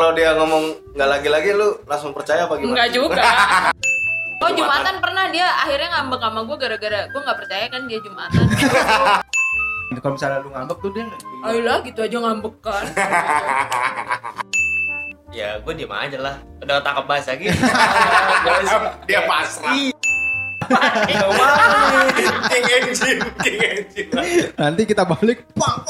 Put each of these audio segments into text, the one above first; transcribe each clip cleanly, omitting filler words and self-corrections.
kalau dia ngomong nggak lagi-lagi lu langsung percaya apa gimana? Enggak juga. Oh Jumatan pernah dia akhirnya ngambek sama gue gara-gara gue nggak percaya kan dia Jumatan. Kalau misalnya lu ngambek tuh dia Ayolah gitu aja ngambek kan. Ya gue diem aja lah. Udah tangkap bahasa gitu. Dia pasrah. King engine. nanti kita balik pang.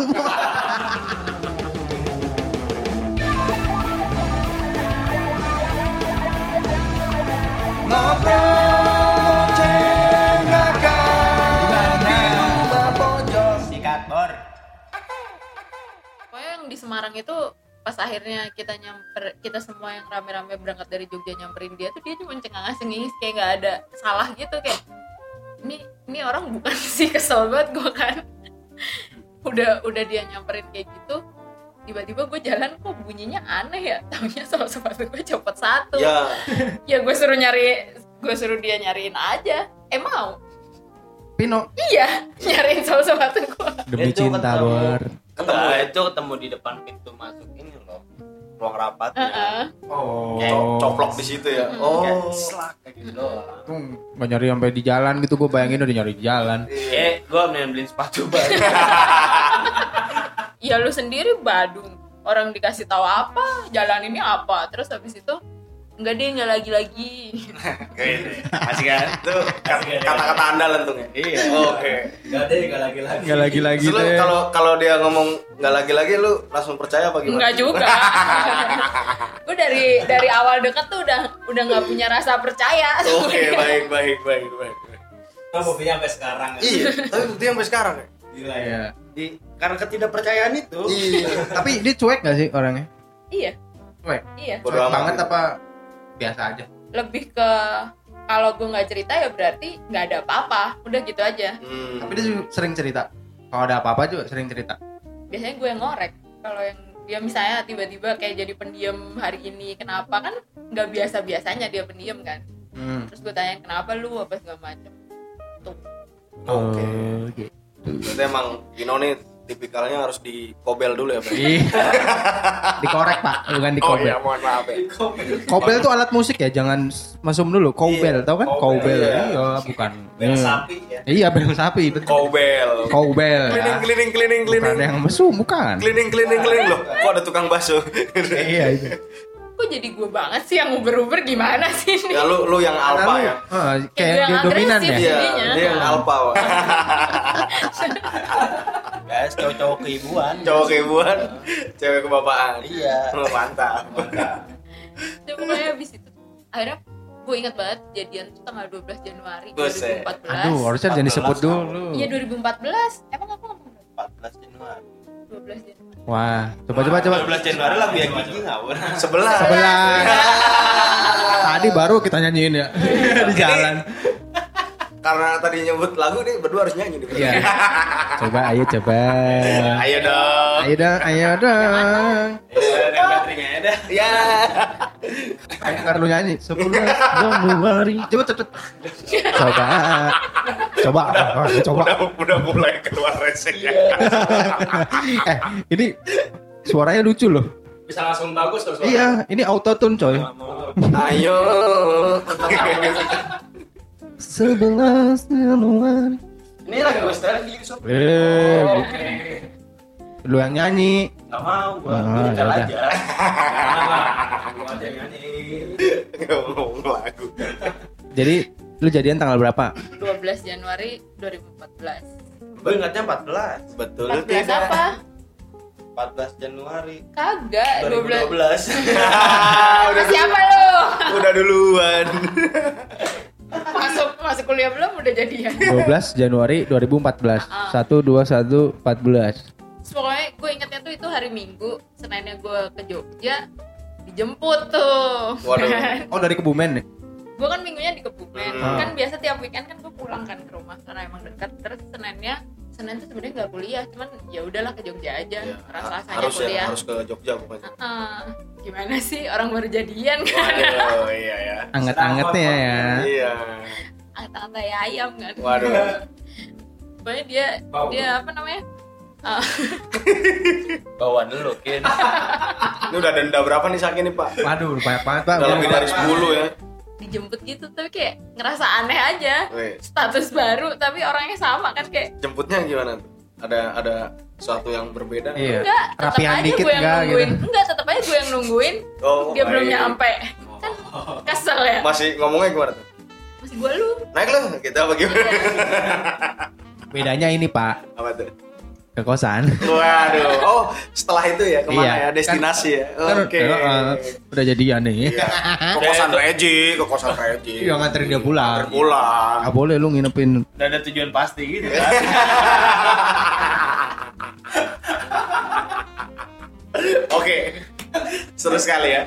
Sikat bor. Pokoknya yang di Semarang itu pas akhirnya kita semua yang rame-rame berangkat dari Jogja nyamperin dia tuh dia cuma cengang-cenging kayak nggak ada salah gitu kayak ini orang bukan sih, kesel banget gue kan. udah dia nyamperin kayak gitu tiba-tiba gue jalan kok bunyinya aneh ya, taunya soal sepatu gue copot satu. Ya gue suruh dia nyariin aja. Mau Pino iya nyariin soal sepatu gue demi Itu cinta ketemu. bor. Itu ketemu di depan pintu masuk ini loh, ruang rapatnya. Coplok di situ ya. Kayak slak kayak gitu doang. Nggak nyari sampai di jalan gitu, gue bayangin udah nyari di jalan. Gue mendingan beliin sepatu baru. ya lu sendiri Badung, orang dikasih tahu apa jalan ini apa, terus habis itu enggak deh nggak lagi Asik kan? Itu kata-kata andal tuh ya. Iya. Oke. Nggak lagi. Lu kalau dia ngomong nggak lagi-lagi lu langsung percaya apa gimana? enggak juga. Gue dari awal deket tuh udah nggak punya rasa percaya. Oke, baik. Kan buktinya sampai sekarang. Iya, tapi buktinya sampai sekarang ya. Gila ya. Karena ketidakpercayaan itu. Iya. Tapi dia cuek gak sih orangnya? Iya. Cuek. Iya. Bodo Cuek amat banget gitu. apa biasa aja? Lebih ke kalau gue nggak cerita ya berarti nggak ada apa-apa. Udah gitu aja. Tapi dia juga sering cerita. Kalau ada apa-apa juga sering cerita. Biasanya gue yang ngorek. Kalau yang dia misalnya tiba-tiba kayak jadi pendiam hari ini kenapa, kan nggak biasanya dia pendiam kan. Terus gue tanya kenapa lu apa segala macem. Tuh. Oke. Gitu. Berarti emang Gino nih tipikalnya harus dikobel dulu ya, Pak? Dikorek Pak, bukan dikobel. mohon maaf ya. Kobel tuh alat musik ya, jangan mesum dulu. Kobel, tau kan? Kobel. Iya. Iya, bukan. Bel sapi ya. Iya, bel sapi, betul. Kobel. Kobel. Ya. Cleaning. Bukan yang mesum, bukan. Cleaning loh. Kok ada tukang bakso? Iya itu. Kok jadi gue banget sih yang uber-uber, gimana sih ini? Ya lu yang alpha ya. Kayak yang dia dominan agresif. ya. Iya, Jadinya. dia yang alpha. Wak. Guys, cowok-cowok keibuan. Cowok keibuan, cewek kebapaan. Iya. Mantap. Jadi pokoknya abis itu akhirnya gue ingat banget jadian tuh tanggal 12 Januari Buset. 2014. Aduh, harusnya jangan disebut dulu. Iya 2014. Emang aku ngomong 14 Januari. 12 Januari. Wah, coba. 12 Januari lagu yang gigi ngawur. Sebelah. Tadi baru kita nyanyiin ya di jalan. Karena tadi nyebut lagu nih berdua harus nyanyi nih. Iya. Ayo coba. Ayo dong. Ayo dong. Ya, baterainya ya dah. Ya. Ayo ntar lu nyanyi 11 Januari. Cepet. Coba. Udah mulai keluar resek ya. Ini suaranya lucu loh. Bisa langsung bagus terus. Iya, ini auto tune coy. Ayo. 11 Januari. Ini lagu style gitu sob. Lu yang nyanyi. Enggak mau gua. Ah, Nyetel yaudah. aja. Gua aja nyanyi. Ngomong lagu. Jadi lu jadian tanggal berapa? 12 Januari 2014. Gue ingatnya 14. Betul 14 apa? 14 Januari Kagak, 12. 2012. Udah Siapa lu? Udah duluan. Masuk kuliah belum udah jadian. 12 Januari 2014. 1 2 1 14. Terus pokoknya gue ingetnya tuh itu hari Minggu, Seninnya gue ke Jogja, dijemput tuh. Waduh. Oh, dari Kebumen nih. Gue kan minggunya di Kebumen, Hmm. kan biasa tiap weekend kan gue pulang kan ke rumah karena emang dekat. Terus Senin tuh sebenarnya nggak kuliah, cuman ya udahlah ke Jogja aja. Ya, Rasanya harus kuliah. ya, harus ke Jogja pokoknya. Gimana sih orang baru jadian kan? Waduh, iya ya. Anget-angetnya ya. Iya. Angkat ayam kan? Waduh. Pokoknya dia apa namanya? Bawa dulu Kin. Ini udah denda berapa nih Saki nih Pak? Waduh, banyak banget Pak. Udah lebih dari 10 ya. Dijemput gitu tapi kayak ngerasa aneh aja. Weh, Status baru tapi orangnya sama kan kayak jemputnya gimana tuh? Ada sesuatu yang berbeda? Iya. enggak, tetap Rapian aja dikit gue yang enggak nungguin. gitu. Enggak, tetap aja gue yang nungguin. Oh, Dia belum baik. nyampe. Kan kesel ya. Masih ngomongnya gimana tuh? Masih gue lu. Naik lah, gitu apa gimana? Bedanya ini Pak, Apa tuh? ke kosan. Waduh, oh setelah itu ya kemana Iya. ya destinasi ya? Kan, Oke. udah jadian nih. Iya. Ke kosan Regi, ke kosan Regi. Iya, nganterin dia pulang. Nganterin pulang. Nggak boleh lu nginepin. Udah ada tujuan pasti gitu kan. Oke. Seru sekali ya.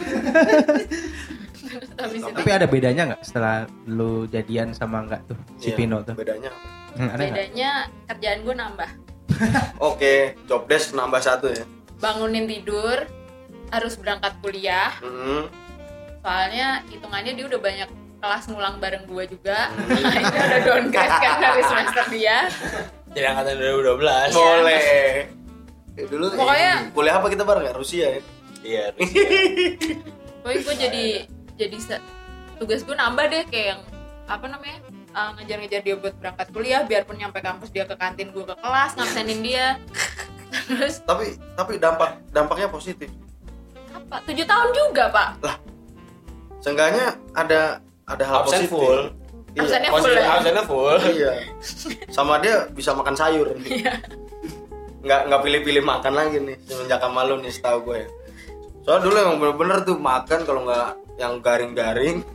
Habis itu Tapi ada bedanya nggak setelah lu jadian sama enggak tuh si Iya, Pino tuh? Bedanya apa? Ada nggak? bedanya kerjaan gue nambah. Oke, job desk nambah 1 ya. Bangunin tidur, harus berangkat kuliah. Hmm. Soalnya hitungannya dia udah banyak kelas ngulang bareng gue juga. Ini udah downgrade kan dari semester dia. Jadi angkatan 2012. Boleh. Dulu Pokoknya- kuliah apa kita bareng ya? Rusia ya. Iya. Pokoknya gue jadi tugas gue nambah deh kayak yang apa namanya ngejar-ngejar dia buat berangkat kuliah, biarpun nyampe kampus dia ke kantin, gue ke kelas ngabsenin dia. Terus Tapi dampaknya positif. apa 7 tahun juga Pak. Seenggaknya ada hal Absen positif. full. Iya. Absennya full ya? Absennya full. Iya. Sama dia bisa makan sayur. Iya. Nggak pilih-pilih makan lagi nih semenjak sama lu nih setahu gue ya. Soalnya dulu emang bener-bener tuh makan kalau nggak yang garing-garing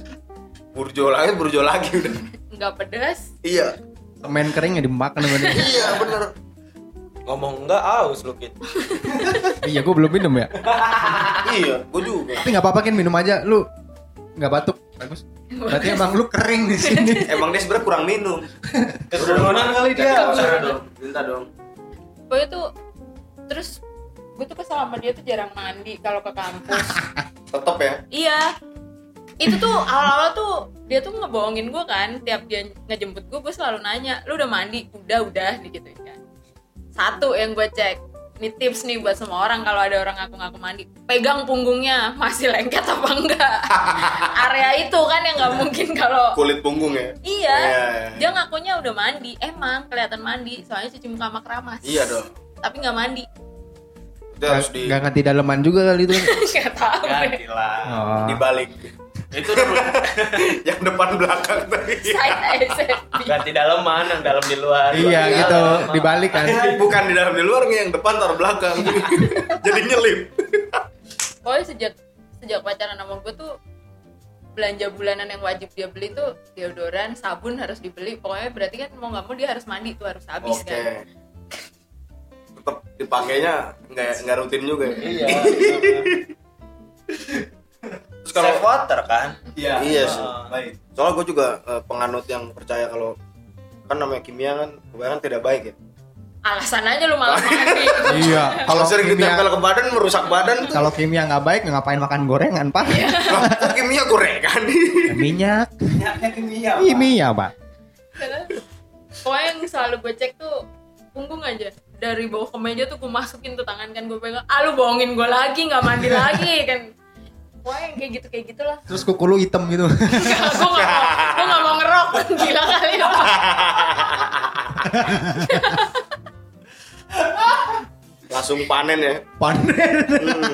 burjo lagi udah. Nggak pedas. Iya. Semen kering yang dimakan sama dia. Iya bener. Ngomong enggak aus lu Kit. Iya, gua belum minum ya. Iya, gue juga. Tapi nggak apa-apa kan, minum aja lu. Nggak batuk. Bagus. Berarti emang lu kering di sini. Emang dia sebenarnya kurang minum. Keturunan kali dia. Usah dong, minta dong. Pokoknya tuh terus gue tuh kesel sama dia tuh jarang mandi kalau ke kampus. Tetep ya. Iya. Itu tuh awal-awal tuh dia tuh ngebohongin gue kan, tiap dia ngejemput gue selalu nanya, lu udah mandi? Udah digituin kan. Satu yang gue cek, ini tips nih buat semua orang kalau ada orang ngaku-ngaku mandi, pegang punggungnya masih lengket apa enggak. Area itu kan yang nggak mungkin kalau Kulit punggung ya. iya, Iya. dia ngakunya udah mandi, emang kelihatan mandi, soalnya cuci muka sama keramas. Iya dong. Tapi nggak mandi. Itu harus Nggak nganti daleman juga kali itu. Nggak tahu deh. Ganti lah. Oh. dibalik. Itu udah Yang depan belakang tadi. Saya SMP. ganti daleman, yang dalam di luar. Iya gitu, dibalik kan. Bukan di dalam di luar nih, yang depan taruh belakang. Jadi nyelip. Pokoknya sejak pacaran sama gue tuh belanja bulanan yang wajib dia beli tuh deodoran, sabun harus dibeli. Pokoknya berarti kan mau nggak mau dia harus mandi tuh, harus habis Oke. kan. Tetap dipakainya nggak rutin juga ya. Iya. Terus kalau Save water kan? iya sih. Baik. Soalnya gue juga penganut yang percaya kalau kan namanya kimia kan kebanyakan tidak baik ya. Alasan aja lu malah mandi. Iya, Kalau kalau sering kimia ditempel ke badan merusak badan tuh. kalau kimia nggak baik ngapain makan gorengan, Pak? Kok kimia gorengan? Ya, minyak. Kimia, Pak. Pokoknya yang selalu gue cek tuh punggung aja. Dari bawah kemeja tuh gue masukin tuh tangan kan, gue pegang. Ah lu bohongin gue lagi, nggak mandi lagi kan. Pokoknya yang kayak gitulah. Terus kuku lu hitam gitu. Gue nggak mau ngerok. Gila kali lu. Langsung panen ya. Panen. Hmm.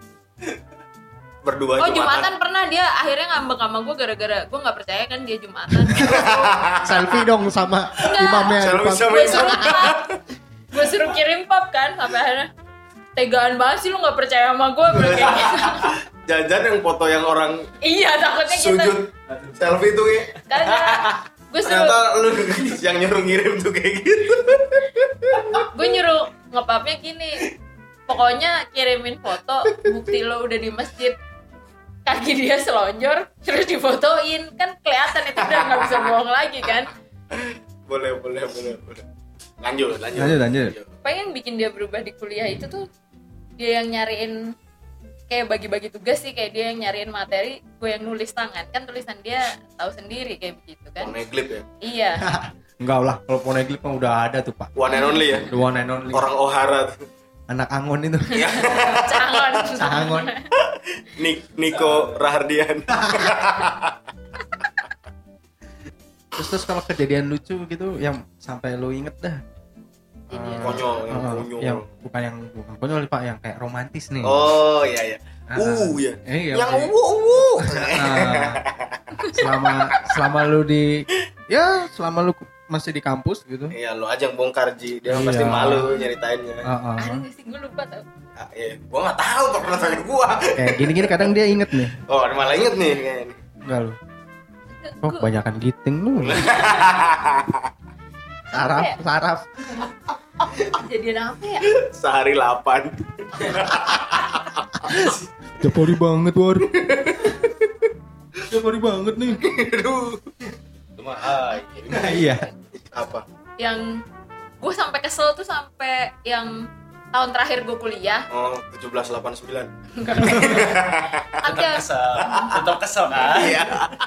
Berdua Oh Jumatan pernah dia akhirnya ngambek sama gue gara-gara gue nggak percaya kan dia Jumatan. Selfie dong sama Enggak. imamnya. Selfie depan. sama Gue suruh pap, gue suruh kirim pap kan sampai akhirnya tegaan banget sih lu nggak percaya sama gue kayak gitu. Jajan yang foto yang orang Iya takutnya kita sujud selfie tuh ya. kagak. Gue suruh Ternyata lu yang nyuruh ngirim tuh kayak gitu. gue nyuruh ngepapnya gini, pokoknya kirimin foto bukti lo udah di masjid, kaki dia selonjor terus difotoin kan kelihatan itu udah nggak bisa bohong lagi kan. Boleh. Lanjut. Lanjut. Pengen bikin dia berubah di kuliah itu tuh dia yang nyariin kayak bagi-bagi tugas sih, kayak dia yang nyariin materi, gue yang nulis tangan kan, tulisan dia tahu sendiri kayak begitu kan. Poneglyph ya. Iya. Enggak lah, kalau poneglyph mah udah ada tuh, Pak. One and only ya. The one and only. Orang Ohara tuh. anak Angon itu. Cangon. Angon. Niko Rahardian. Terus kalau kejadian lucu gitu yang sampai lu inget dah. Konyol, yang konyol. Yang bukan konyol Pak, yang kayak romantis nih. Oh iya. Ya. Iya. Yang uwu. Selama lu selama lu masih di kampus gitu. Iya, lu aja yang bongkar Ji. Dia Iya. pasti malu nyeritainnya. Ada nggak sih, gue lupa tau. Iya, gua enggak tahu kok pernah tanya gua. Kayak gini-gini kadang dia inget nih. Oh, ada malah inget nih kayaknya. Enggak lu. Oh, kebanyakan giting lu. Saraf. Kejadian apa ya? Sehari 8. Japori banget, War. Japori banget nih. Aduh. Cuma Iya. Apa? Yang gue sampai kesel tuh sampai yang tahun terakhir gue kuliah. Oh, 1789. Kan dia tetap kesel kan? Iya.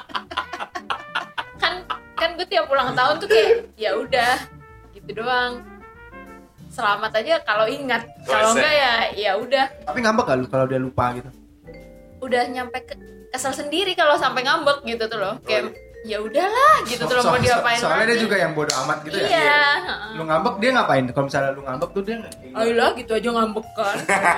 kan gue tiap ulang tahun tuh kayak ya udah gitu doang. Selamat aja kalau ingat. Kalau enggak ya udah. Tapi ngambek gak lu kalau dia lupa gitu? Udah nyampe kesel sendiri kalau sampai ngambek gitu tuh loh. Kayak ya udahlah gitu tuh loh, mau diapain soalnya lagi. dia juga yang bodoh amat gitu ya. Iya. Lu ngambek dia ngapain? Kalau misalnya lu ngambek tuh dia Ayolah gitu aja ngambek kan.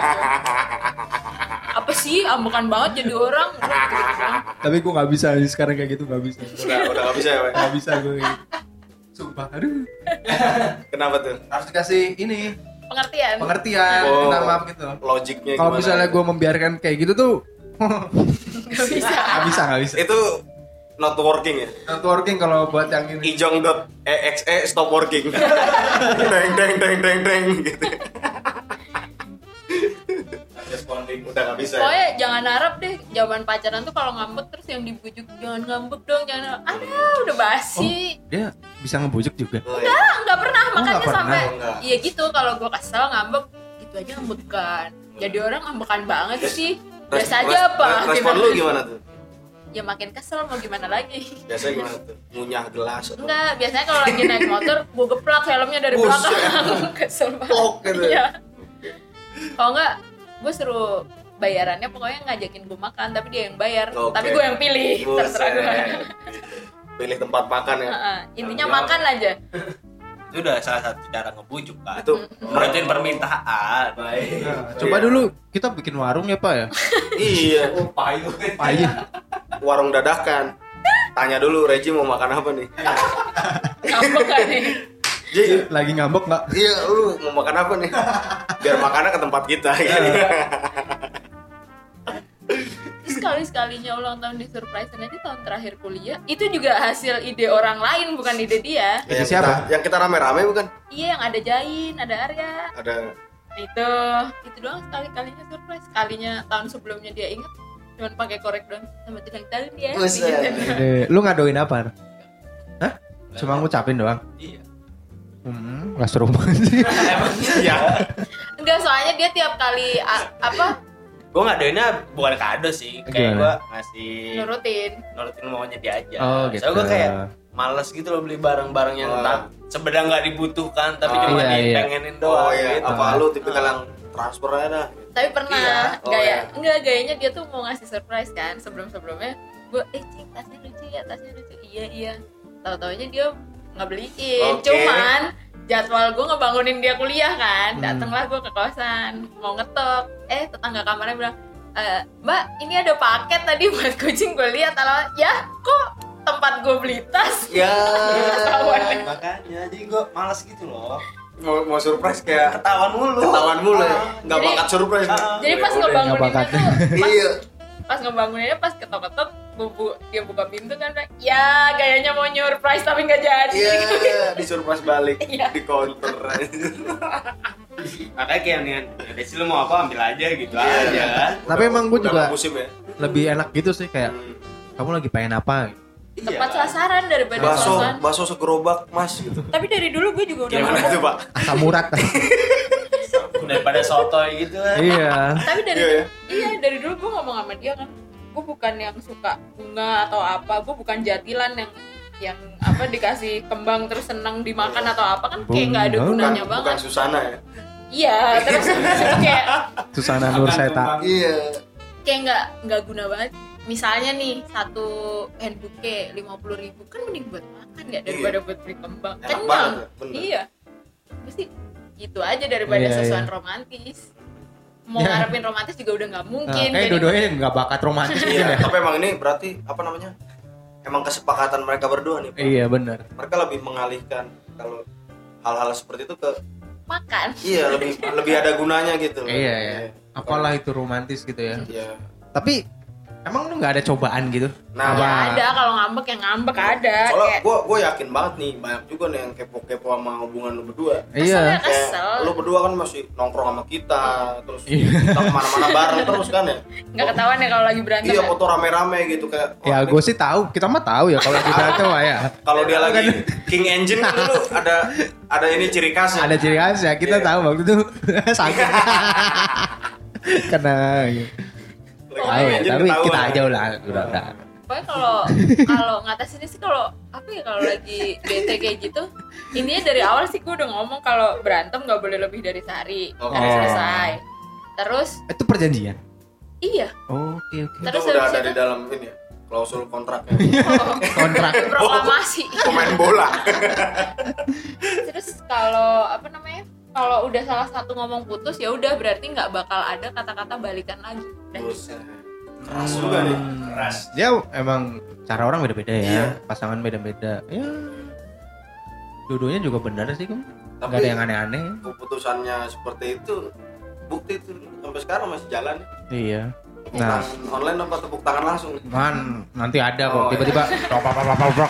Apa sih ambekan banget jadi orang. Tapi gue nggak bisa sekarang kayak gitu, nggak bisa. Udah enggak bisa ya, Pak? Nggak bisa gue. Sumpah, aduh. Kenapa tuh? Harus dikasih ini Pengertian. Oh. minta maaf gitu. Logiknya Kalau gimana? misalnya gue membiarkan kayak gitu tuh, Gak bisa. nggak bisa. Itu not working ya? Not working kalau buat yang ini. ijong.exe stop working. deng gitu. Responding udah enggak bisa. Pokoknya jangan harap deh zaman pacaran tuh kalau ngambek terus yang dibujuk jangan ngambek dong, jangan. Udah basi. Dia bisa ngebujuk juga. Oh, iya. Nggak pernah, makanya nggak pernah, sampai enggak. iya gitu kalau gue kesel ngambek gitu aja ngambekan. Jadi orang ngambekan banget sih. Biasa aja apa? Respon lu gimana tuh? Ya makin kesel mau gimana lagi. Biasanya gimana tuh? Ngunyah gelas atau Enggak, biasanya kalau lagi naik motor gue geplak helmnya dari Buset. belakang. Kesel banget. Plok gitu. Iya. Kalau enggak gue suruh bayarannya pokoknya ngajakin gue makan tapi dia yang bayar. Oke. Tapi gue yang pilih. Terserah gue. Pilih tempat makan ya. Intinya makan aja. Itu udah salah satu cara ngebujuk kan. Itu Nurutin permintaan. baik. Coba dulu kita bikin warung ya Pak ya. Iya, Payu. Ayo. warung dadakan. Tanya dulu Reji mau makan apa nih? Ngambek kan nih. Ji, Lagi ngambek nggak? iya lu mau makan apa nih? Biar makannya ke tempat kita gitu. Terus sekali-sekalinya ulang tahun di surprise aja tahun terakhir kuliah. Itu juga hasil ide orang lain bukan ide dia. Yang siapa? Yang kita rame-rame bukan? Iya yang ada Jain, ada Arya. Ada Itu doang sekali-kalinya surprise. Sekalinya tahun sebelumnya dia ingat cuman pakai korek doang sama ulang tahun ya. Buset. Gitu. Lu ngadoin apa? Hah? Cuma ngucapin doang? Iya. Nggak seru banget sih. iya. Enggak, soalnya dia tiap kali Gue ngadoinnya bukan kado sih, kayak Gimana? gue ngasih nurutin. nurutin maunya dia aja. Oh, gitu. Soalnya gue kayak males gitu loh beli barang-barang yang sebenarnya nggak dibutuhkan tapi Oh, cuma iya, iya. dipengenin doang. Oh iya, gitu. apa lu tipikal yang transfer aja dah. Tapi pernah Iya. Oh, gaya iya. enggak gayanya dia tuh mau ngasih surprise kan sebelum-sebelumnya gue Cing tasnya lucu ya, tasnya lucu. Iya. Tahu-taunya dia nggak beliin. Oke. Cuman jadwal gue ngebangunin dia kuliah kan. Datanglah gue ke kosan mau ngetok. Tetangga kamarnya bilang, Mbak, ini ada paket tadi buat kucing. Gue lihat alamat, ya kok tempat gue beli tas. Ya. Ketahuan. Makanya jadi gue malas gitu loh. Mau surprise kayak Ketahuan mulu. ya. Enggak Jadi- bakat surprise. Jadi pas Udah, ngebanguninnya nggak bakat. tuh, Iya. pas ngebanguninnya pas ketok-ketok dia buka pintu kan, ya gayanya mau surprise tapi nggak jadi. Iya, di surprise balik Iya. di counter. Makanya kayak nih, ada sih lu mau apa ambil aja gitu aja kan. Tapi emang gue Udah juga nggak musim ya. lebih enak gitu sih kayak kamu lagi pengen apa? Tepat sasaran daripada Bakso, kosan. bakso segerobak Mas gitu. Tapi dari dulu gue juga udah Gimana ngomong. tuh, Pak? Asam urat. Daripada sotoy gitu kan. Iya. Tapi dari Iya, ya? iya dari dulu gue ngomong sama dia kan, gue bukan yang suka bunga atau apa, gue bukan jatilan yang apa dikasih kembang terus senang dimakan atau apa kan kayak nggak ada Bukan, gunanya Bukan banget. Susana ya. Iya, terus habis itu kayak Susana Nur Seta. Iya. nggak guna banget. Misalnya nih satu handbouquet 50.000 kan mending buat makan ya daripada buat beli kembang. Enak Kenyang. banget ya, bener. Iya. Mesti gitu aja daripada Iya, sesuatu iya. romantis. Mau Ya. ngarepin romantis juga udah nggak mungkin. Kayak dua-duanya nggak bakat romantis mungkin Iya, ya. tapi emang ini berarti apa namanya? Emang kesepakatan mereka berdua nih, Pak. Iya benar. Mereka lebih mengalihkan kalau hal-hal seperti itu ke makan. iya lebih ada gunanya gitu. Iya ya. Apalah itu romantis gitu ya. Iya. Tapi emang lu nggak ada cobaan gitu? Nah, Apa? Ya ada kalau ngambek yang ngambek ada. soalnya Kayak gue yakin banget nih banyak juga nih yang kepo-kepo sama hubungan lu berdua. kesel ya Iya. kesel. Lu berdua kan masih nongkrong sama kita, terus Iya. kita kemana-mana bareng terus kan ya. Nggak ketahuan ya kalau lagi berantem. Iya, ya. foto rame-rame gitu kayak. Ya gue sih tahu, kita mah tahu ya kalau kita tuh ya. Kalau dia lagi King Engine kan dulu ada ini ciri khasnya. Ada ciri khas ya, kita Iya. tahu waktu itu sakit. Kena gitu. Lagi Tahu ya, Engine tapi ketahuan. kita aja udah. Pokoknya kalau ngatasinnya sih kalau apa ya kalau lagi bete kayak gitu intinya dari awal sih gue udah ngomong kalau berantem nggak boleh lebih dari sehari Oke. harus selesai. Terus Itu perjanjian. iya Oke. Itu terus udah habis ada itu di dalam ini ya, klausul kontraknya. Kontrak. proklamasi. Pemain bola. Terus kalau apa namanya kalau udah salah satu ngomong putus ya udah berarti nggak bakal ada kata-kata balikan lagi. Udah Buset. Keras juga nih. Keras. Dia emang cara orang beda-beda ya, Iya. pasangan beda-beda. Ya, dua-duanya juga benar sih kan. Tapi Gak ada yang aneh-aneh. keputusannya seperti itu, bukti itu sampai sekarang masih jalan. Iya. Tepuk Nah, tangan online apa tepuk tangan langsung? man nanti ada kok Oh, tiba-tiba. Prok.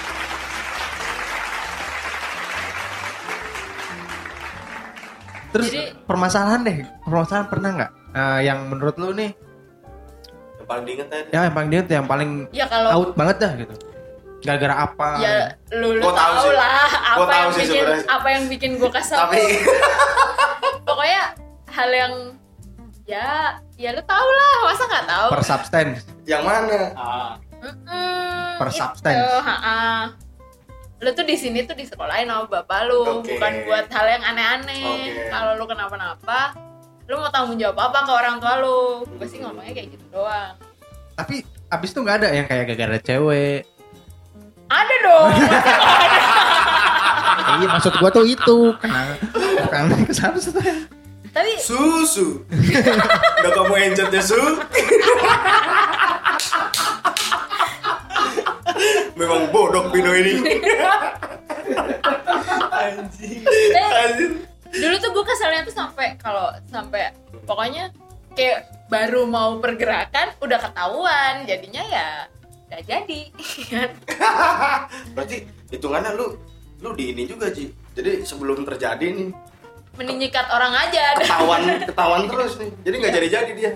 Terus Jadi- permasalahan pernah nggak yang menurut lu nih Yang paling diinget aja. ya yang paling dia yang paling ya kalau out banget dah gitu, gara-gara apa? ya lu Gua tahu tahu sih. lah Gua tahu yang sih bikin sebenarnya. apa yang bikin gue kesel. Tapi Pokoknya hal yang ya lu tau lah masa nggak tahu. per substance. yang mana? per substance. Itu, lu tuh di sini tuh disekolahin sama bapak lu, Oke. bukan buat hal yang aneh-aneh. Oke. Kalau lu kenapa-napa, lu mau tanggung jawab apa ke orang tua lu? Gue sih ngomongnya kayak gitu doang. Tapi abis itu nggak ada yang kayak gara-gara cewek. Ada dong. Iya maksud gua tuh itu karena ke substance. Tapi Susu. Udah kamu enjot ya, Su? Memang bodoh Pino ini. Anjing. Anjing. dulu tuh gue keselnya tuh sampai pokoknya kayak baru mau pergerakan udah ketahuan, jadinya ya gak jadi. Berarti hitungannya lu di ini juga, Ci. Jadi sebelum terjadi nih Mending nyikat orang aja. ketahuan terus nih. Jadi nggak jadi dia.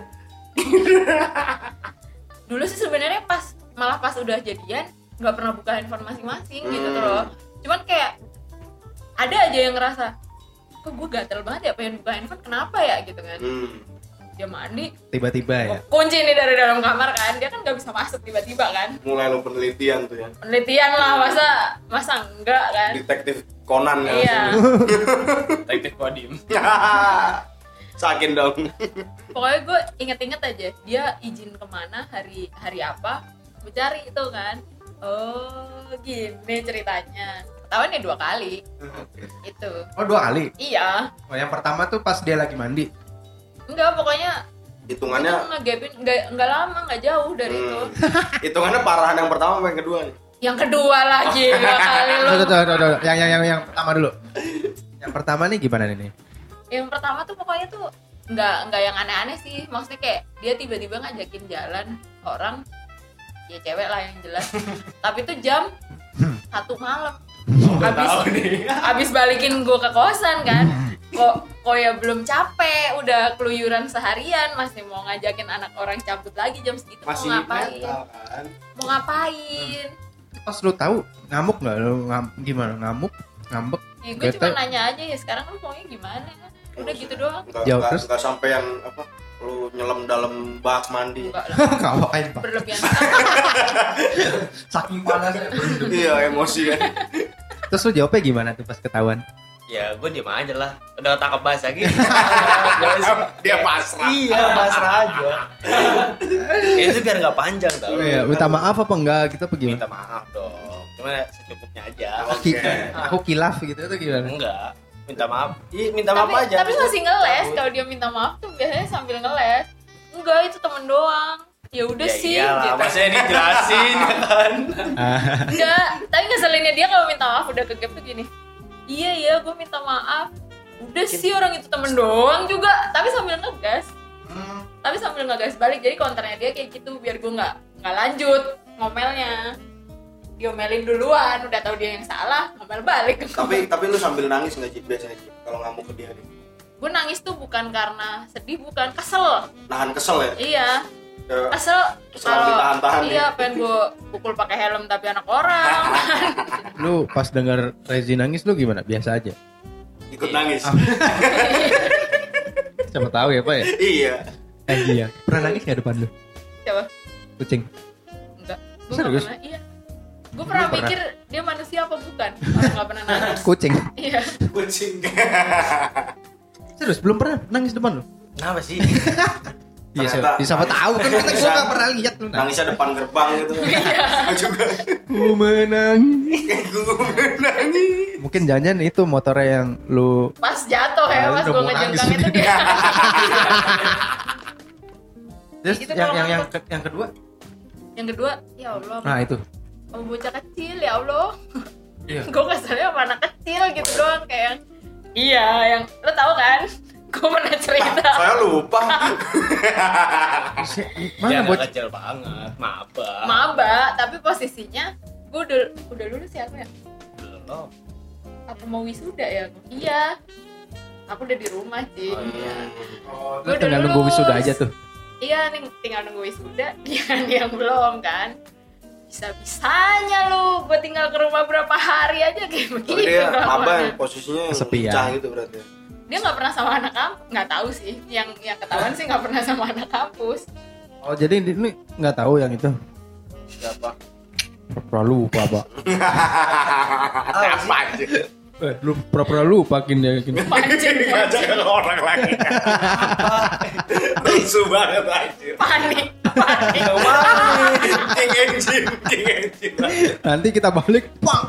Dulu sih sebenarnya malah pas udah jadian nggak pernah buka handphone masing-masing gitu tuh loh. Cuman kayak ada aja yang ngerasa kok gue gatel banget ya pengen buka handphone, kenapa ya gitu kan. Dia mandi, Tiba-tiba ya. gua kunci nih dari dalam kamar kan, dia kan nggak bisa masuk tiba-tiba kan. Mulai lu penelitian tuh ya. Penelitian lah, masa enggak kan. Detektif Conan ya. Iya. Detektif Kodim. Sakin dong. Pokoknya gue inget-inget aja dia izin kemana, hari apa, gue cari itu kan. Oh gini ceritanya. Ketahuan ya 2 kali itu. Oh 2 kali. Iya. Oh yang pertama tuh pas dia lagi mandi. Enggak, pokoknya Hitungannya itu ngegapin enggak lama, enggak jauh dari itu. hitungannya parahan yang pertama apa yang kedua nih? Yang kedua lagi 2 kali lu. Tuh. Yang pertama dulu. Yang pertama nih gimana nih? Yang pertama tuh pokoknya tuh enggak yang aneh-aneh sih. Maksudnya kayak dia tiba-tiba ngajakin jalan orang, ya cewek lah yang jelas. Tapi tuh jam 1 malam. Abis balikin gue ke kosan kan, kok ya belum capek, udah keluyuran seharian, masih mau ngajakin anak orang cabut lagi jam segitu. Masih mau ngapain? mental kan. Mau ngapain? Pas lu tahu ngamuk nggak? Lu gimana? Ngambek? Ya, gue Bete. cuma nanya aja ya sekarang lu maunya gimana? Udah gitu doang. Jauh terus? Enggak sampai yang apa? Lu nyelam dalam bak mandi. Enggak lah, Kalau kayak Pak. berlebihan. Saking panasnya. Iya, emosi kan. Terus lu jawabnya gimana tuh pas ketahuan? Ya gue diem aja lah. Udah tangkap bahasa gitu. Dia pasrah. Iya, pasrah aja. Itu biar nggak panjang tau. Iya, minta maaf apa enggak kita apa gimana? Minta maaf dong. Cuma secukupnya aja. Aku kilaf gitu itu gimana? Enggak. Minta maaf. Iya, minta maaf aja. Tapi masih ngeles. Kalau dia minta maaf tuh biasanya sambil ngeles. Enggak, itu temen doang. Ya udah sih Iyalah, gitu. maksudnya dijelasin ya kan. Enggak, tapi ngeselinnya dia kalau minta maaf udah ke gap tuh gini. Iya, gue minta maaf. Udah sih orang itu temen doang juga, tapi sambil ngegas. Tapi sambil ngegas balik. Jadi konternya dia kayak gitu biar gue nggak lanjut ngomelnya. Diomelin duluan, udah tahu dia yang salah, ngomel balik. Tapi lu sambil nangis nggak Cip biasanya Cip kalau ngamuk ke dia nih? Gue nangis tuh bukan karena sedih, bukan kesel. Nahan kesel ya? Iya. Ya, Kesel Kesel ditahan-tahan iya pengen gue pukul pakai helm tapi anak orang. Lu pas denger Rezi nangis lu gimana? Biasa aja. ikut nangis. Siapa tahu ya, Pak ya? Iya. Iya. Pernah nangis enggak depan lu? Siapa? Kucing. Enggak. Gue Serius? pernah. Iya. Gue pernah Pernah. mikir dia manusia apa bukan? Orang nggak pernah nangis. Kucing. Iya. Kucing. Serius belum pernah nangis depan lu? Kenapa sih? Iya, Ternyata siapa tahu kan kita gua enggak pernah lihat lu. Nangisnya depan gerbang gitu. Aku juga. Ku menangis. Gue menangis. Mungkin jangan itu motornya yang lu Pas jatuh ya, pas Udah gue mau ngejengkang nangis. itu dia. terus Gitu yang kalau yang ngambek. yang kedua. Yang kedua, ya Allah. Nah, itu. Sama bocah kecil ya Allah. Iya. Gue keselnya sama anak kecil gitu doang kayak. Iya, yang lo tau kan? Gue pernah cerita. Saya lupa. Mana Ya, bocah? kecil banget, maba. Maba, tapi posisinya gue udah lulus ya aku ya. Belum. Apa mau wisuda ya? Iya. Aku udah di rumah sih. Oh, iya. Lu tinggal nunggu wisuda aja tuh. Iya, tinggal nunggu wisuda. Dia yang belum kan. Bisa-bisanya lu gue tinggal ke rumah berapa hari aja kayak Tapi begitu. dia kelakuannya. maba yang posisinya yang Kesepian. pecah gitu berarti. Dia nggak pernah sama anak kampus, nggak tahu sih. Yang ketahuan sih nggak pernah sama anak kampus. Oh, jadi ini nggak tahu yang itu. Siapa? Pura lupa, Pak. Apa aja? Lu pura-pura lupa gini. Pancing, Ngajak ke orang lain. Rusuh banget anjir. panik. King engine. Nanti kita balik pang.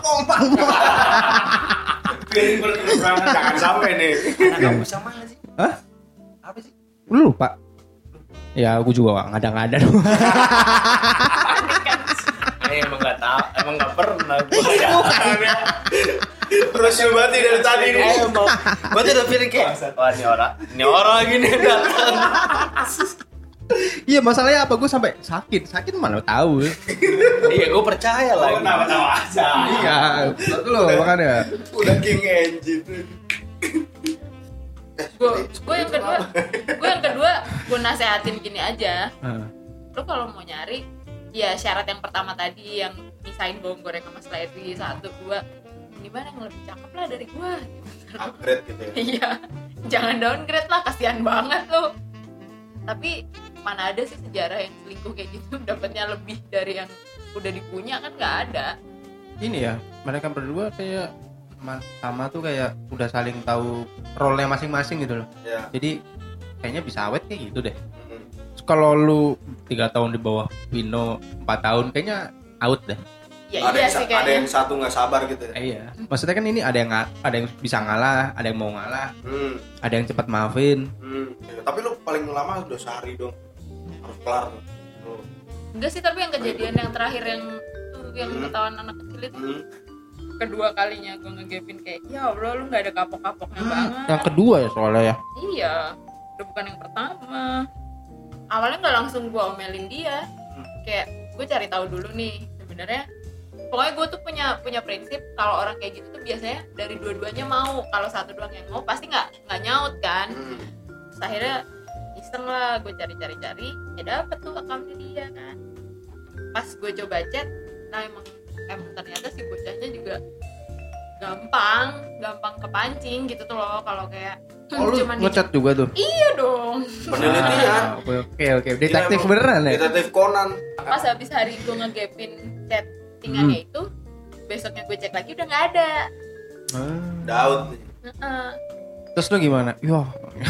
Piring berterusangan jangan sampai nih. Anak kamu sama nggak sih? Hah? Apa sih? Lu lupa? Ya, aku juga ngada-ngada. Emang nggak tahu, emang nggak pernah gue. Rusuh banget dari tadi nih. Emang, gue tuh udah feeling kayak, wah ini orang lagi nih datang. Iya, masalahnya apa? Gue sampai sakit mana tahu. Iya, gue percaya lagi. Tawa-tawa aja. Iya, betul loh makanya. Udah king engine. Gue yang kedua gue nasehatin gini aja. Lo kalau mau nyari, ya syarat yang pertama tadi yang misahin bawang goreng sama seledri 1, 2, gimana yang lebih cakep lah dari gue. Upgrade gitu ya. Iya, jangan downgrade lah, kasihan banget lo. Tapi mana ada sih sejarah yang selingkuh kayak gitu dapatnya lebih dari yang udah dipunya, kan nggak ada. Ini ya, mereka berdua kayak sama tuh kayak udah saling tahu role-nya masing-masing gitu loh. Ya. Jadi kayaknya bisa awet kayak gitu deh. Kalau lu 3 tahun di bawah Vino 4 tahun kayaknya out deh. Ya Ada iya yang, sih ada kayaknya. yang satu nggak sabar gitu ya. Iya. Maksudnya kan ini ada yang bisa ngalah, ada yang mau ngalah, ada yang cepat maafin. Ya, tapi lu paling lama udah sehari dong. Harus kelar. Tuh. Enggak sih, tapi yang kejadian yang terakhir yang tuh yang ketahuan anak kecil itu kedua kalinya gue ngegapin kayak ya Allah lu nggak ada kapok-kapoknya banget. Yang kedua ya soalnya ya. Iya, udah bukan yang pertama. Awalnya nggak langsung gue omelin dia, kayak gue cari tahu dulu nih sebenarnya. Pokoknya gue tuh punya prinsip kalau orang kayak gitu tuh biasanya dari dua-duanya mau. Kalau satu doang yang mau pasti nggak nyaut kan. Terus akhirnya iseng lah gue cari ya dapet tuh akunnya dia kan. Pas gue coba chat, nah emang ternyata si bocahnya juga gampang kepancing gitu tuh loh kalau kayak Oh, lu ngechat juga tuh. Iya dong. Penelitian. Oke. Detektif beneran ya? Detektif Conan. Pas habis hari gue ngegapin chattingannya itu, besoknya gue cek lagi udah nggak ada. Daud. Heeh. Terus lu gimana? Yo,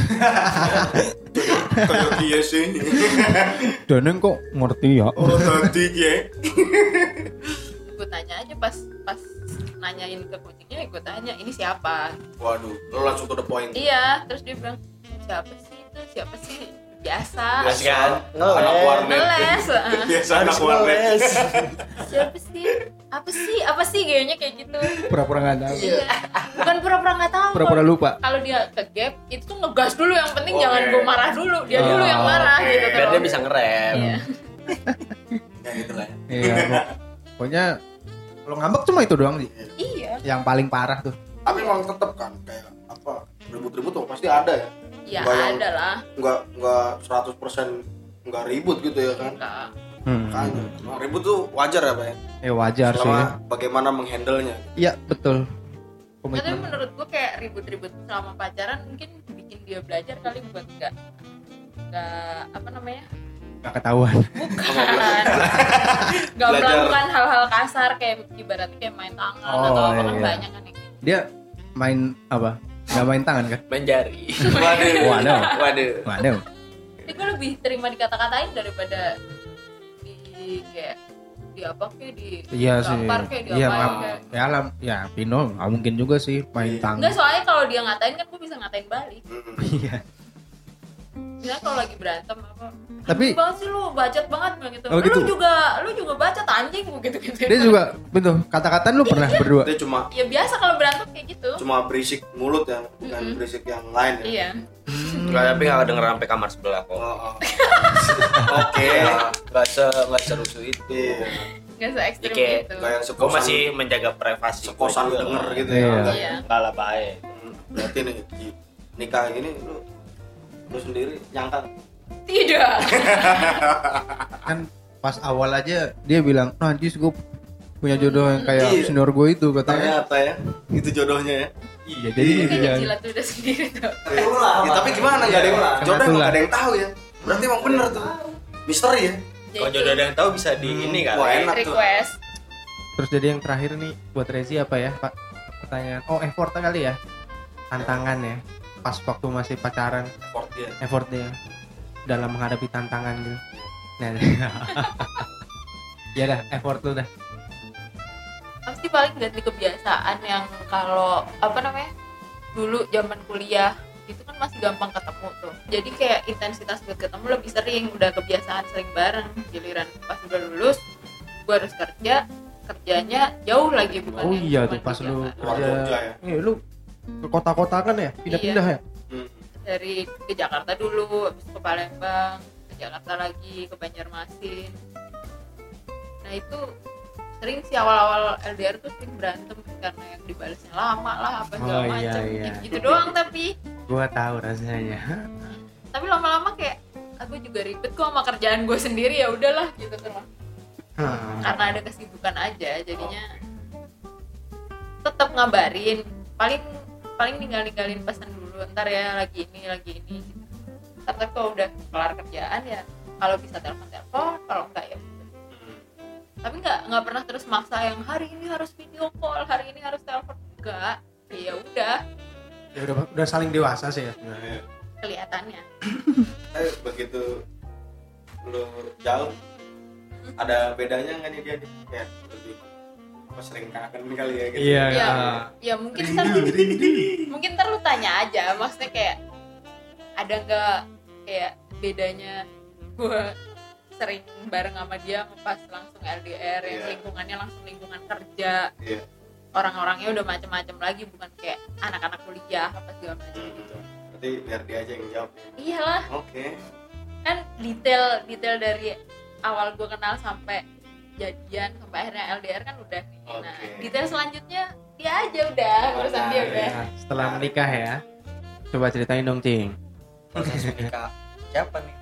Kayak iya sih. Daneng kok ngerti ya? Oh tadi ya. Gue tanya aja pas nanyain ke kucingnya, gue tanya ini siapa. Waduh, lo langsung to the point. Iya, terus dia bilang siapa sih biasa Jelas kan? Anak warnet. ngeles. Biasa anak warnet. Siapa sih apa sih kayaknya kayak gitu. Pura-pura nggak tahu. Iya. Bukan pura-pura nggak tahu. Pura-pura lupa. Kalau dia ke gap itu tuh ngegas dulu, yang penting Oke. jangan gue marah dulu, dia dulu yang marah Oke. gitu. Biar kalau- dia bisa ngerem. Iya. Ya gitu lah. Iya, pokoknya kalau ngambek cuma itu doang sih. Iya. Yang paling parah tuh. Tapi emang tetep kan kayak apa ribut-ribut tuh pasti ada ya. Ya Nggak yang- ada lah. Nggak 100% nggak ribut gitu ya kan. Enggak. Makanya emang ribut tuh wajar ya Pak ya. Wajar sih. Selama bagaimana menghandle-nya. Iya betul. Tapi Komitmen. menurut gue kayak ribut-ribut selama pacaran mungkin bikin dia belajar kali, buat nggak apa namanya, Gak ketahuan. bukan nggak Belajar. melakukan hal-hal kasar kayak ibaratnya kayak main tangan Oh, atau apa kan iya. banyak kan yang kayak gitu. Dia main apa? Gak main tangan kan? Main jari. Waduh. Waduh. Waduh. Jadi gue lebih terima dikata-katain daripada di kayak di apa kayak di Iya sih. gampar kayak di Iya, apain Mam. kayak. Ya alam. Ya Pino nggak mungkin juga sih main tangan. Enggak, soalnya kalau dia ngatain kan gue bisa ngatain balik. Iya. Misalnya kalau lagi berantem apa, Tapi- "Anjing banget sih lu, bacot banget," bilang gitu. Oh, gitu? Lu juga bacot anjing gitu. Dia juga betul. Kata-kata lu pernah berdua. Dia cuma Ya biasa kalau berantem kayak gitu. berisik mulut ya, bukan berisik yang lain ya. Iya. Nggak, tapi nggak denger sampai kamar sebelah kok. Oh. Oke. Nggak serusuh itu. Iya. Enggak se ekstrim Kayak- gitu. Kayak Gue sekosan masih menjaga privasi. sekosan lu denger gitu Iya. ya. Iya. Enggak lah baik. Berarti nih di nikah ini lu sendiri nyangka Tidak. Kan pas awal aja dia bilang, nanti gue punya jodoh yang kayak Iya. senior gue itu katanya. ternyata ya itu jodohnya ya. Iya, jadi Itu itu kayak jangan. jilat udah sendiri tuh. Ya, tapi gimana nggak ada yang Kena jodoh emang tulah. nggak ada yang tahu ya. Berarti emang bener tuh misteri ya. Kalau jodoh ada yang tahu bisa di ini kan. Wah, enak tuh. Request. Terus jadi yang terakhir nih buat Rezi apa ya, Pak? Pertanyaan. Oh, effort kali ya. Tantangan ya. Pas waktu masih pacaran, Effort dia. effort dia dalam menghadapi tantangan gitu. Nah, ya dah, effort lu dah. Pasti paling ganti kebiasaan yang kalau apa namanya, dulu zaman kuliah itu kan masih gampang ketemu tuh, jadi kayak intensitas buat ketemu lebih sering, udah kebiasaan sering bareng. Giliran pas udah lulus gue harus kerjanya jauh lagi, bukan Oh yang iya cuma tuh pas di lu Jakarta. Luar Jogja kerja. ya? Iya, lu ke kota-kota kan ya? Pindah-pindah ya? Dari ke Jakarta dulu, habis ke Palembang, ke Jakarta lagi, ke Banjarmasin. Nah itu sering sih awal-awal LDR tuh sering berantem karena yang dibalasnya lama lah apa segala Oh, iya, macam iya. gitu doang. Gua tahu rasanya. Tapi lama-lama kayak aku juga ribet kok sama kerjaan gue sendiri, ya udahlah gitu kan, karena ada kesibukan aja jadinya tetap ngabarin, paling ninggalin pesan dulu, ntar ya lagi ini gitu. Ntar tapi kalau udah kelar kerjaan ya kalau bisa telepon, kalau enggak ya udah. Tapi nggak pernah terus maksa yang hari ini harus video call, hari ini harus telepon, enggak. Ya udah, Ya udah saling dewasa sih ya sebenarnya. kelihatannya. Begitu lu jauh ada bedanya nggak nih dia nih? Kayak lebih apa, sering kangen kali ya gitu. Iya. Ya mungkin ntar lu tanya aja, maksudnya kayak ada nggak kayak bedanya gue sering bareng sama dia pas langsung LDR yang Iya. lingkungannya langsung lingkungan kerja, Iya. orang-orangnya udah macam-macam lagi, bukan kayak anak-anak kuliah apa segala macam gitu. Berarti biar dia aja yang jawab. Iyalah, Oke. kan detail dari awal gue kenal sampai jadian sampai akhirnya LDR kan udah nih. Nah Oke. detail selanjutnya dia aja udah, urusan dia udah. Nah, setelah menikah ya. Coba ceritain dong, Cing. Proses menikah siapa nih?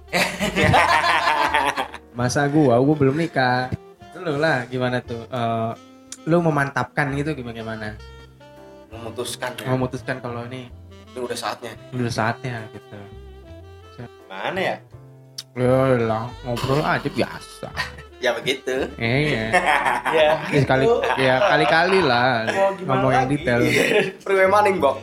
Masa gua belum nikah. Lu lah gimana tuh? Lu memantapkan gitu gimana? Memutuskan ya. Memutuskan kalau ini Ini udah saatnya. udah saatnya gitu. Mana ya? Ya lah, ngobrol aja biasa. Ya begitu. Iya. Ya, Ya, kali-kali lah Mau gimana ngomong yang lagi? detail. Freeway maning, Bok.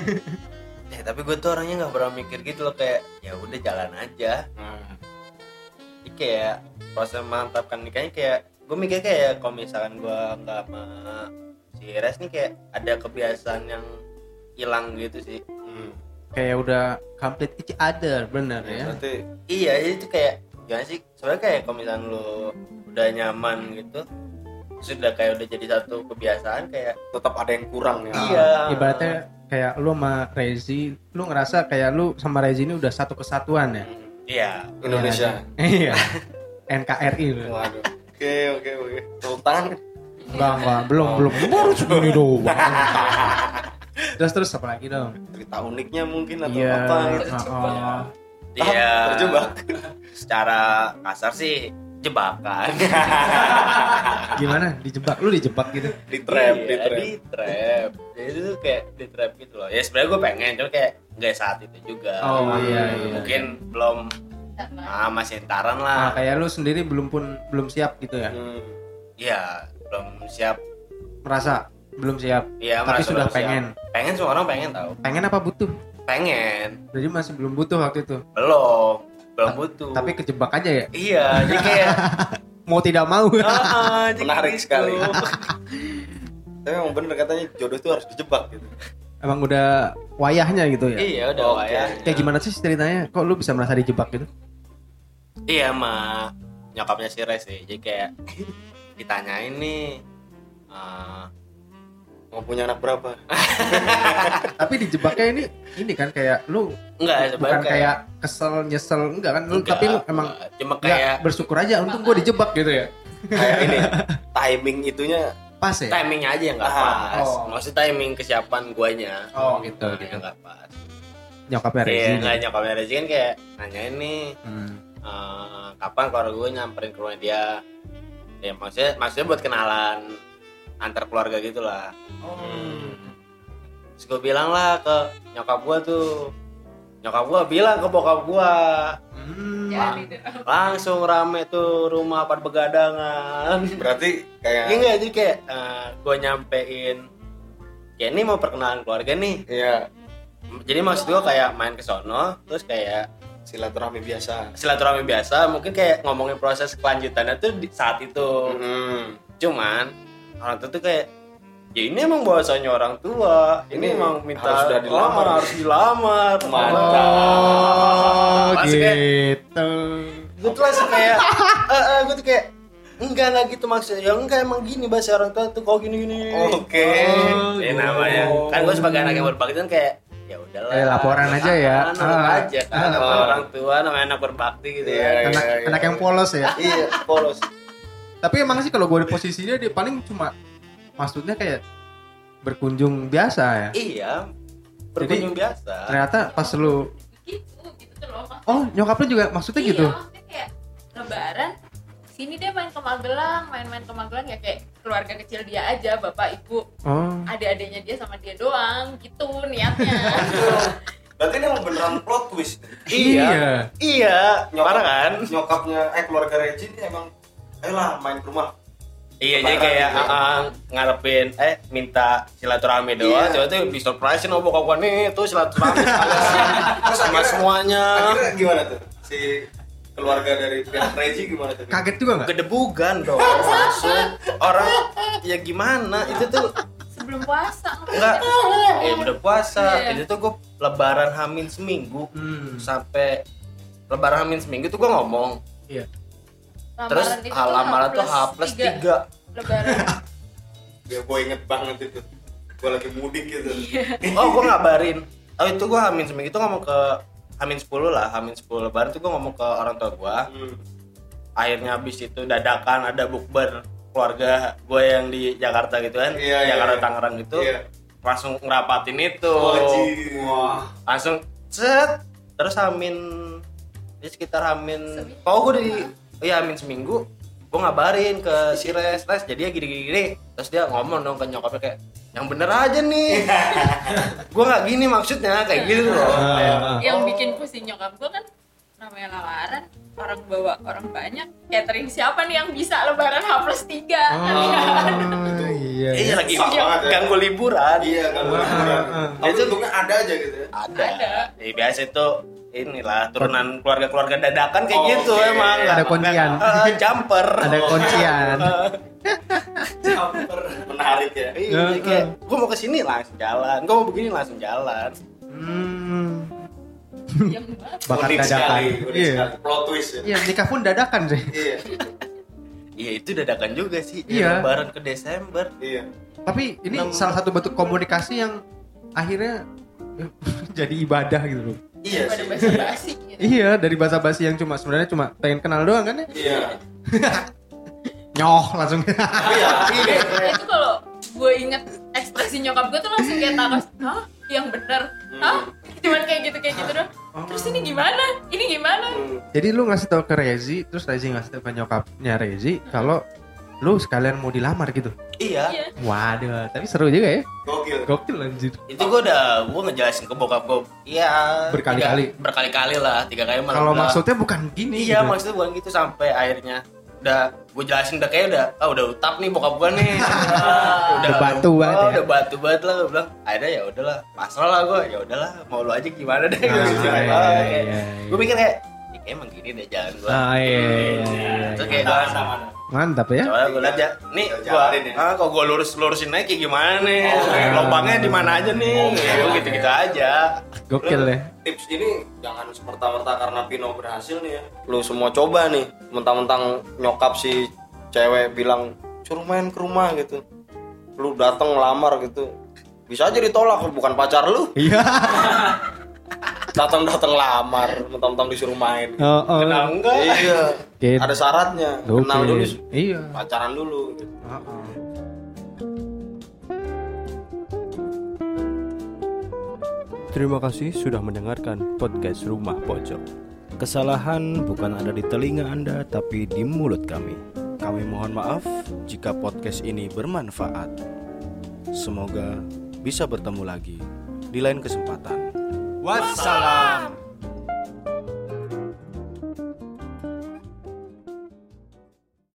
Tapi gue tuh orangnya nggak pernah mikir gitu loh, kayak ya udah jalan aja. Jadi kayak proses memantapkan nikahnya kayak gue mikir kayak kalau misalkan gue nggak sama si Res nih kayak ada kebiasaan yang hilang gitu sih. Kayak udah complete each other, bener ya. Berarti Iya, itu kayak gimana sih? Sebenarnya kayak kalau misalkan lu udah nyaman gitu, sudah kayak udah jadi satu kebiasaan kayak tetap ada yang kurang ya. Iya. Ibaratnya kayak lu sama Rezi, lu ngerasa kayak lu sama Rezi ini udah satu kesatuan ya. iya. Indonesia. Iya. NKRI lu. Waduh. Oke. Tepuk tangan. Enggak, belum baru segini doang. Terus apa lagi dong? Cerita uniknya mungkin atau Iya. apa gitu. Iya. Terjebak. Secara kasar sih jebakan. Gimana? Dijebak? Lu dijebak gitu? Di trap. Di trap. Jadi itu tuh kayak di trap gitu loh. Ya sebenarnya gue pengen, cuma kayak nggak saat itu juga. Oh, iya. Mungkin belum masih entaran lah. Nah, kayak lu sendiri belum siap gitu ya? Iya, belum siap. Merasa belum siap. Iya, Tapi merasa sudah belum siap. pengen. Pengen, semua orang pengen tahu. Pengen apa butuh? Pengen. Jadi masih belum butuh waktu itu. Belum butuh. Tapi kejebak aja ya. Iya, jadi kayak Mau tidak mau. jadi Menarik gitu. sekali. Tapi emang bener katanya jodoh itu harus dijebak gitu. Emang udah wayahnya gitu ya. Iya, udah Oke. wayahnya. Kayak gimana sih ceritanya? Kok lu bisa merasa dijebak gitu? Iya, sama nyokapnya si Res sih. Jadi kayak ditanyain nih Mau punya anak berapa? Tapi dijebaknya ini kan kayak lu enggak, bukan sebenarnya kayak kesel nyesel enggak kan lu, enggak, tapi lu emang enggak. Cuma kayak kayak bersyukur aja untung gue dijebak gitu ya. Kayak ini timing itunya Pas ya. timingnya aja yang nggak Ah, pas. oh. Maksudnya timing kesiapan guanya. Oh gitu. Yang nggak pas. Nyokapnya Rezi. Kayak nggak nyokapnya Rezi kan kayak nanyain nih Hmm. kapan keluarga gue nyamperin ke rumah dia. Ya maksudnya buat kenalan antar keluarga gitulah. Terus gue bilang lah ke nyokap gue tuh. Nyokap gue bilang ke bokap gue. Ya, gitu. Langsung rame tuh rumah pada begadangan. berarti kayak Iya nggak, jadi kayak gue nyampein kayak ini mau perkenalan keluarga nih. iya Jadi maksud gue kayak main ke sono, terus kayak silaturahmi biasa. silaturahmi biasa, mungkin kayak ngomongin proses kelanjutannya tuh di saat itu. Cuman orang tua tuh kayak ya ini emang bahasanya orang tua, ini emang minta harus sudah dilamar. harus dilamar. Mantap. Oh Langsung kayak, gitu. gue tuh langsung kayak gue tuh kayak enggak gitu maksudnya, ya enggak emang gini bahasa orang tua tuh kok gini. Oke. Ya namanya kan gue sebagai anak yang berbakti kan kayak ya udahlah. Laporan aja ya. Nurut aja kan sama orang tua, namanya anak berbakti gitu Iya, ya. Anak yang polos ya. Iya, polos. Tapi emang sih kalau gue di posisinya dia paling cuma maksudnya kayak berkunjung biasa ya. Iya. Berkunjung biasa. Ternyata pas lu gitu tuh loh maksudnya. oh nyokap lu juga maksudnya gitu. Maksudnya kayak lebaran sini deh main ke Magelang, main-main ke Magelang ya kayak keluarga kecil dia aja, bapak ibu, Oh. adik-adiknya dia sama dia doang gitu niatnya. Berarti ini emang beneran plot twist. Iya. Parah kan? Nyokapnya keluarga Regi ini emang ayolah main ke rumah. Iya, jadi kayak ngarepin minta silaturahmi doang. Iya. Coba tuh di surprisein sama bokap gua nih, tuh silaturahmi sekalian sama semuanya. Akhirnya gimana tuh? Si keluarga dari pihak Regi gimana tuh? Kaget juga nggak? Kedebugan dong. Langsung orang ya gimana? Itu tuh Sebelum puasa enggak udah puasa. Iya. Itu tuh gua lebaran hamin seminggu. Hmm. Sampai lebaran hamin seminggu tuh gua ngomong. Iya. Terus lamaran tuh H+3. Lebaran. Ya gue inget banget itu. Gue lagi mudik gitu. Oh, gue ngabarin. Oh, itu gue hamin seminggu itu ngomong ke hamin 10 lah, hamin 10 lebaran tuh gue ngomong ke orang tua gue. Akhirnya habis itu dadakan ada bukber keluarga gue yang di Jakarta gitu kan. Iya, Jakarta iya. Tangerang gitu. Iya. Langsung ngerapatin itu. Wah. Langsung set terus hamin ya sekitar hamin. Oh, gue hamin seminggu. Gue ngabarin ke si Res, jadi ya gini-gini. Terus dia ngomong dong ke nyokapnya kayak yang bener aja nih. Gue nggak gini maksudnya kayak gitu loh. Yang bikin pusing nyokap gue kan namanya lamaran, orang bawa orang banyak, catering siapa nih yang bisa lebaran H+3? Oh, iya Iya lagi Sak banget ya. ganggu liburan. Iya kan. Tapi untungnya ada aja gitu ya. Ada. Ada. Biasa itu inilah turunan keluarga-keluarga dadakan kayak Oke. gitu emang. Ada kuncian. Jumper. Ada kuncian. Menarik ya. Iya, kayak gue mau kesini langsung jalan, gue mau begini langsung jalan. Yang banget. Bakat Unik dadakan. sekali, unik Iya. sekali. Plot twist ya. Iya, nikah pun dadakan sih. Iya. Iya itu dadakan juga sih. Iya. Lebaran ke Desember. Iya. Tapi ini salah satu bentuk komunikasi yang akhirnya jadi ibadah gitu loh. Iya Pada sih. basa-basi gitu. Iya, dari basa-basi yang sebenarnya cuma pengen kenal doang kan ya. Iya. Nyoh langsung. Iya, ini. Itu kalau gue inget ekspresi nyokap gue tuh langsung kayak takut, hah? Yang bener? Hah? Cuman kayak gitu doang. Terus ini gimana? Ini gimana? Jadi lu ngasih tahu ke Rezi, terus Rezi ngasih tahu ke nyokapnya Rezi kalau lu sekalian mau dilamar gitu. Iya. Iya. Waduh, tapi seru juga ya. Gokil. Gokil anjir. Itu gue ngejelasin ke bokap gue. Iya. Berkali-kali. Berkali-kali lah, 3 kali malah. Kalau udah. maksudnya bukan gini. Iya gitu. maksudnya bukan gitu sampai akhirnya udah gue jelasin udah kayak udah utap nih bokap gue nih. Udah batu banget ya. Udah batu banget lah gue bilang. Akhirnya ya udahlah, pasrah lah gue. Ya udahlah, mau lu aja gimana deh. iya. Gue mikir kayak emang gini deh jalan gue. Iya. Terus kayak Mantap ya. coba gue liat ya, nih gua, Jalanin ya. kalau gue lurusin aja kayak gimana nih, lubangnya di mana aja nih, gitu-gitu aja. Gokil ya. Tips ini jangan semerta-merta karena Pino berhasil nih ya. Lu semua coba nih, mentang-mentang nyokap si cewek bilang suruh main ke rumah gitu. Lu datang ngelamar gitu. Bisa aja ditolak, bukan pacar lu. Iya. Datang lamar, mentang-mentang disuruh main. Oh. Kenapa enggak? Iya. Gitu. Ada syaratnya. Kenal dulu, Iya. pacaran dulu gitu. Terima kasih sudah mendengarkan podcast Rumah Pojok. Kesalahan bukan ada di telinga Anda, tapi di mulut kami. Kami mohon maaf jika podcast ini bermanfaat. Semoga bisa bertemu lagi di lain kesempatan. Wassalam.